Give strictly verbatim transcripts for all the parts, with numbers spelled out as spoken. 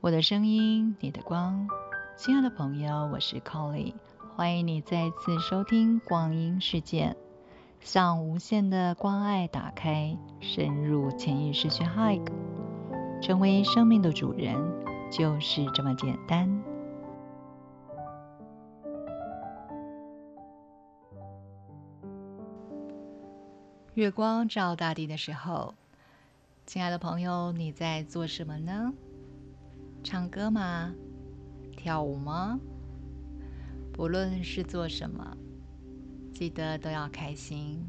我的声音，你的光。亲爱的朋友，我是 Colly， 欢迎你再次收听光阴世界，向无限的光爱打开，深入潜意识去 hug， 成为生命的主人，就是这么简单。月光照大地的时候，亲爱的朋友，你在做什么呢？唱歌吗？跳舞吗？不论是做什么，记得都要开心。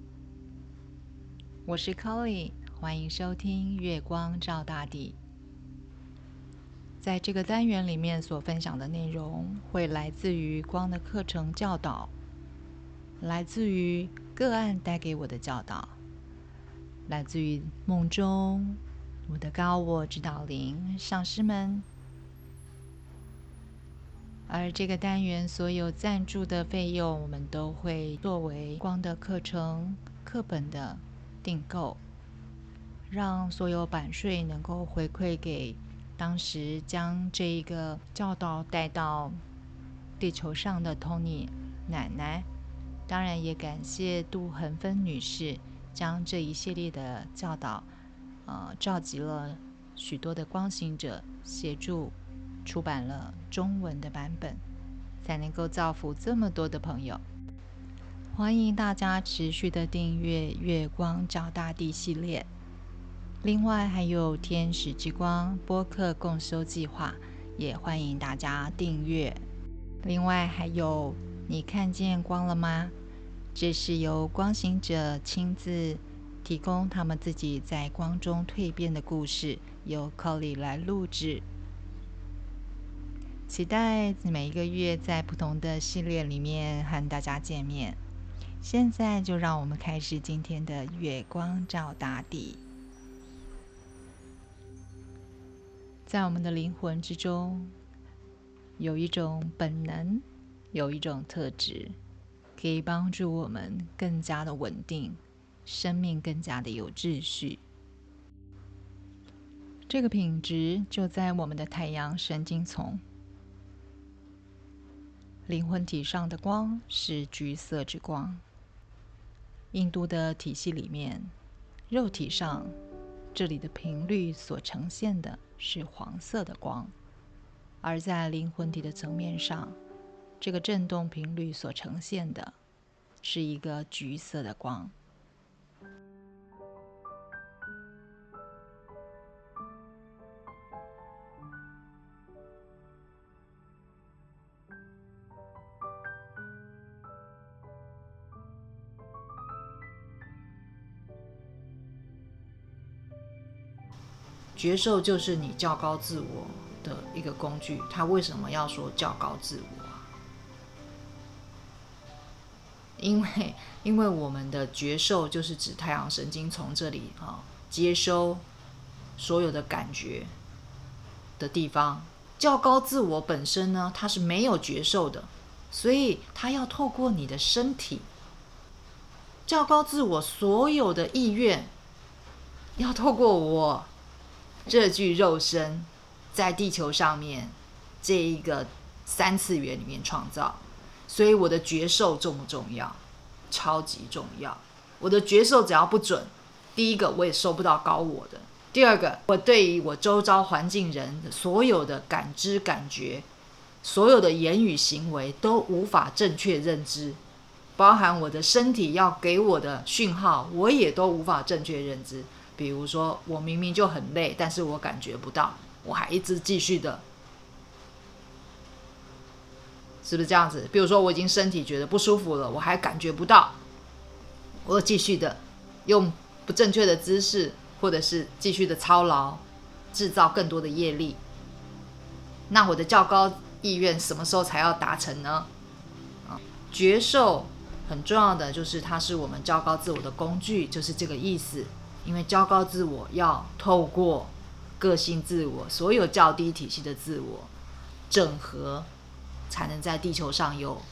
我是 Colly， 欢迎收听月光照大地。在这个单元里面所分享的内容会来自于光的课程教导，来自于个案带给我的教导，来自于梦中我的高我指导灵上师们。而这个单元所有赞助的费用，我们都会作为光的课程课本的订购，让所有版税能够回馈给当时将这一个教导带到地球上的 Tony 奶奶。当然也感谢杜恒芬女士将这一系列的教导呃，召集了许多的光行者协助出版了中文的版本，才能够造福这么多的朋友。欢迎大家持续的订阅月光照大地系列，另外还有天使之光播客共修计划，也欢迎大家订阅。另外还有你看见光了吗？这是由光行者亲自提供他们自己在光中蜕变的故事，由 Colly 来录制。期待每一个月在不同的系列里面和大家见面。现在就让我们开始今天的月光照大地。在我们的灵魂之中，有一种本能，有一种特质，可以帮助我们更加的稳定，生命更加的有秩序。这个品质就在我们的太阳神经丛。灵魂体上的光是橘色之光。印度的体系里面，肉体上这里的频率所呈现的是黄色的光，而在灵魂体的层面上，这个振动频率所呈现的是一个橘色的光。 觉受就是你较高自我的一个工具。他为什么要说较高自我啊？因为因为我们的觉受就是指太阳神经丛这里啊，接收所有的感觉的地方。较高自我本身呢，它是没有觉受的，所以它要透过你的身体。较高自我所有的意愿要透过我这具肉身在地球上面这一个三次元里面创造。所以我的觉受重不重要？超级重要。我的觉受只要不准，第一个我也收不到高我的，第二个我对于我周遭环境人的所有的感知感觉，所有的言语行为都无法正确认知，包含我的身体要给我的讯号，我也都无法正确认知。比如说我明明就很累，但是我感觉不到，我还一直继续的，是不是这样子？比如说我已经身体觉得不舒服了，我还感觉不到，我继续的用不正确的姿势，或者是继续的操劳，制造更多的业力。那我的较高意愿什么时候才要达成呢？觉受很重要的就是它是我们较高自我的工具，就是这个意思。因为较高自我要透过个性自我，所有较低体系的自我整合，才能在地球上有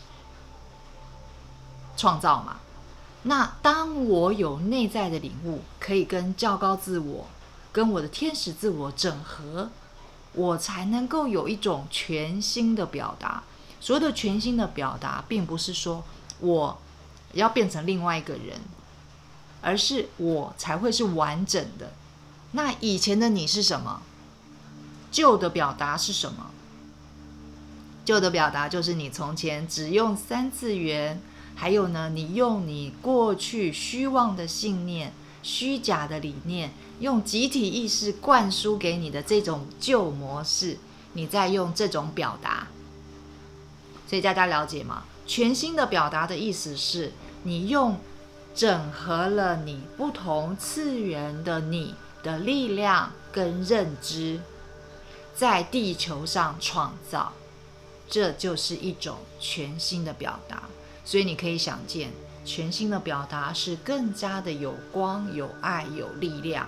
创造嘛。那当我有内在的领悟，可以跟较高自我跟我的天使自我整合， 我才能够有一种全新的表达。所谓的全新的表达，并不是说我要变成另外一个人，而是我才会是完整的。那以前的你是什么？旧的表达是什么？旧的表达就是你从前只用三次元，还有呢，你用你过去虚妄的信念、虚假的理念，用集体意识灌输给你的这种旧模式，你在用这种表达。所以大家了解吗？全新的表达的意思是你用整合了你不同次元的你的力量跟认知，在地球上创造，这就是一种全新的表达。所以你可以想见，全新的表达是更加的有光、有爱、有力量，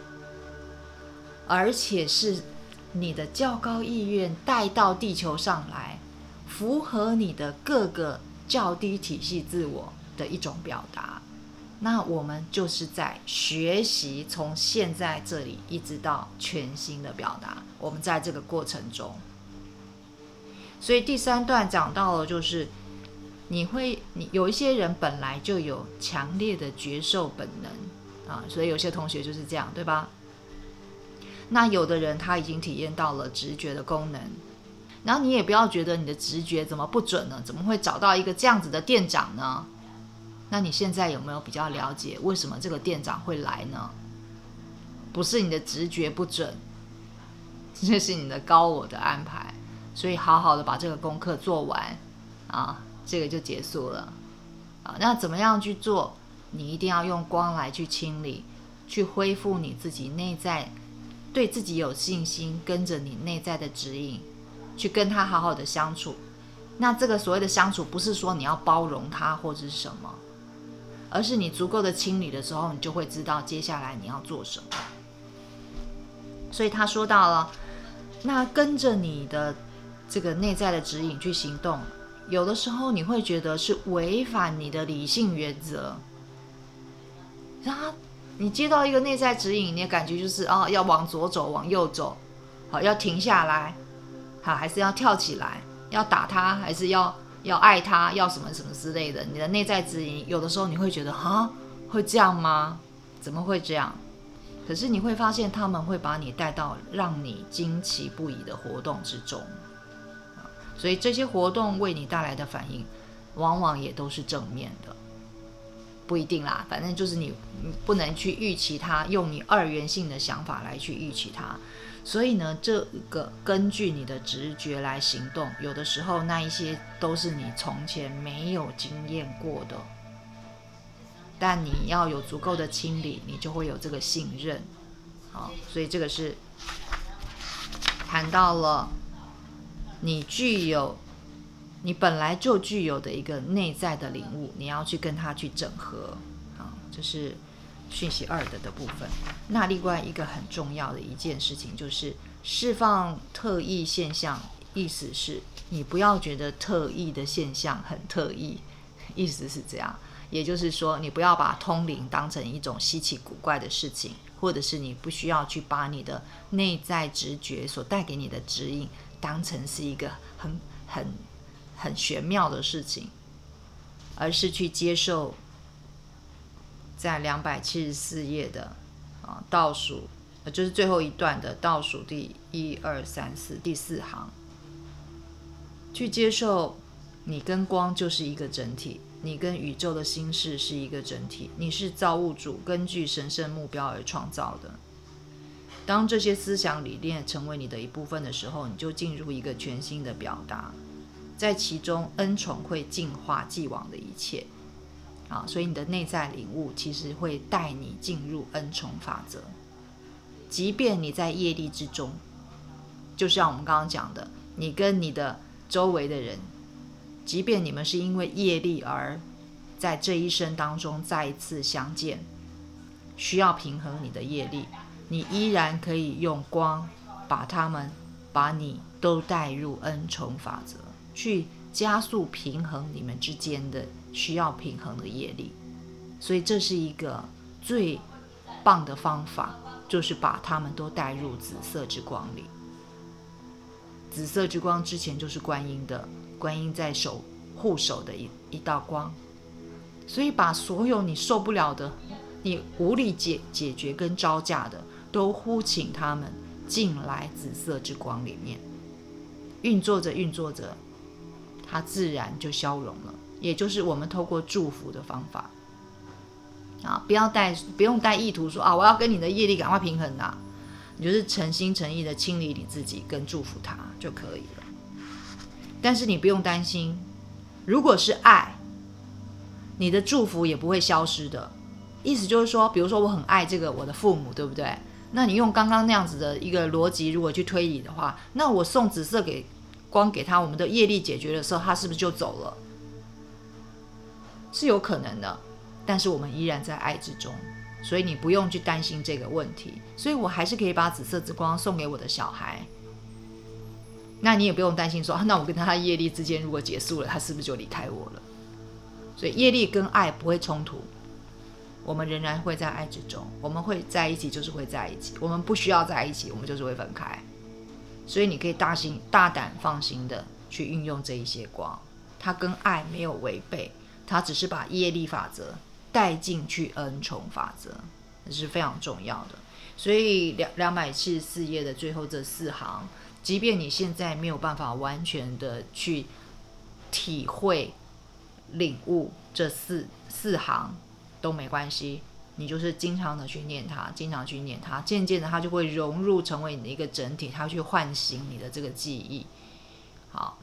而且是你的较高意愿带到地球上来，符合你的各个较低体系自我的一种表达。那我们就是在学习从现在这里一直到全新的表达，我们在这个过程中。所以第三段讲到了，就是你会你有一些人本来就有强烈的觉受本能啊，所以有些同学就是这样，对吧？那有的人他已经体验到了直觉的功能，然后你也不要觉得你的直觉怎么不准呢？怎么会找到一个这样子的店长呢？那你现在有没有比较了解为什么这个店长会来呢？不是你的直觉不准，这是你的高我的安排。所以好好的把这个功课做完啊，这个就结束了啊。那怎么样去做？你一定要用光来去清理，去恢复你自己内在，对自己有信心，跟着你内在的指引，去跟他好好的相处。那这个所谓的相处，不是说你要包容他或者是什么，而是你足够的清理的时候，你就会知道接下来你要做什么。所以他说到了，那跟着你的这个内在的指引去行动，有的时候你会觉得是违反你的理性原则。啊，你接到一个内在指引，你的感觉就是哦，要往左走，往右走，好，要停下来，好，还是要跳起来，要打他，还是要要爱他，要什么什么之类的。你的内在指引，有的时候你会觉得啊，会这样吗？怎么会这样？可是你会发现，他们会把你带到让你惊奇不已的活动之中。所以这些活动为你带来的反应，往往也都是正面的，不一定啦，反正就是你不能去预期它，用你二元性的想法来去预期它。所以呢，这个根据你的直觉来行动，有的时候那一些都是你从前没有经验过的，但你要有足够的清理，你就会有这个信任。好，所以这个是谈到了你具有，你本来就具有的一个内在的领悟，你要去跟它去整合，啊，这是讯息二的的部分。那另外一个很重要的一件事情就是释放特异现象，意思是你不要觉得特异的现象很特异，意思是这样，也就是说你不要把通灵当成一种稀奇古怪的事情，或者是你不需要去把你的内在直觉所带给你的指引当成是一个很很很玄妙的事情，而是去接受在两百七十四页的、啊、倒数，就是最后一段的倒数第一二三四第四行，去接受你跟光就是一个整体，你跟宇宙的心事是一个整体，你是造物主根据神圣目标而创造的。当这些思想理念成为你的一部分的时候，你就进入一个全新的表达，在其中恩宠会净化既往的一切、啊、所以你的内在领悟其实会带你进入恩宠法则。即便你在业力之中，就像我们刚刚讲的，你跟你的周围的人，即便你们是因为业力而在这一生当中再一次相见，需要平衡你的业力，你依然可以用光把他们把你都带入恩宠法则，去加速平衡你们之间的需要平衡的业力。所以这是一个最棒的方法，就是把他们都带入紫色之光里。 紫色之光之前就是观音的，观音在守护守的一一道光，所以把所有你受不了的，你无力解解决跟招架的，都呼请他们进来紫色之光里面，运作着运作着，它自然就消融了。也就是我们透过祝福的方法啊，不要带不用带意图说啊，我要跟你的业力赶快平衡啊，你就是诚心诚意的清理你自己跟祝福他就可以了。但是你不用担心，如果是爱，你的祝福也不会消失的。意思就是说，比如说我很爱这个我的父母，对不对？那你用刚刚那样子的一个逻辑如果去推理的话，那我送紫色给光给他，我们的业力解决的时候，他是不是就走了？是有可能的，但是我们依然在爱之中，所以你不用去担心这个问题。所以我还是可以把紫色之光送给我的小孩，那你也不用担心说、啊、那我跟他的业力之间如果结束了，他是不是就离开我了？所以业力跟爱不会冲突，我们仍然会在爱之中，我们会在一起就是会在一起，我们不需要在一起，我们就是会分开。所以你可以大心大胆放心的去运用这一些光，它跟爱没有违背，它只是把业力法则带进去恩宠法则，这是非常重要的。所以两百七十四页的最后这四行，即便你现在没有办法完全的去体会领悟这四四行都没关系，你就是经常的去念它，经常去念它，渐渐的它就会融入成为你的一个整体，它会去唤醒你的这个记忆。好，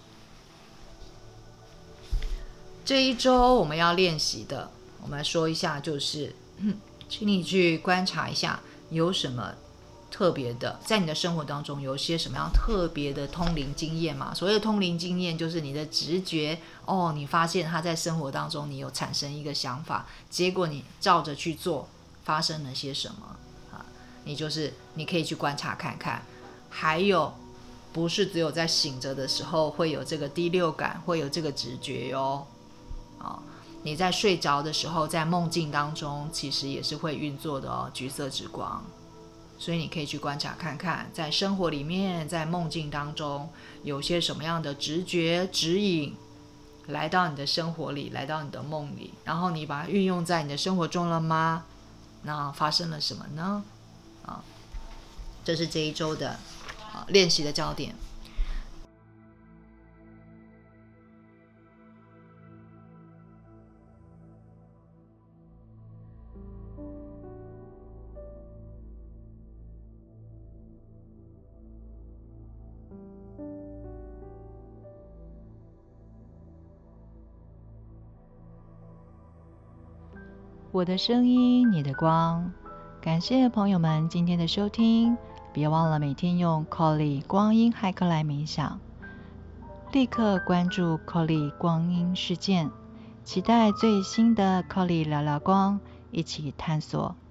这一周我们要练习的，我们来说一下，就是请你去观察一下有什么特别的，在你的生活当中有些什么样特别的通灵经验嘛？所谓的通灵经验就是你的直觉哦，你发现他在生活当中你有产生一个想法，结果你照着去做，发生了些什么啊？你就是你可以去观察看看。还有不是只有在醒着的时候会有这个第六感，会有这个直觉哟、哦、你在睡着的时候，在梦境当中其实也是会运作的哦，橘色之光。所以你可以去观察看看，在生活里面，在梦境当中有些什么样的直觉指引来到你的生活里，来到你的梦里，然后你把它运用在你的生活中了吗？那发生了什么呢？啊，这是这一周的啊练习的焦点。 我的声音，你的光。感谢朋友们今天的收听，别忘了每天用 Colly 光阴骇客来冥想，立刻关注 Colly 光阴事件，期待最新的 Colly 聊聊光，一起探索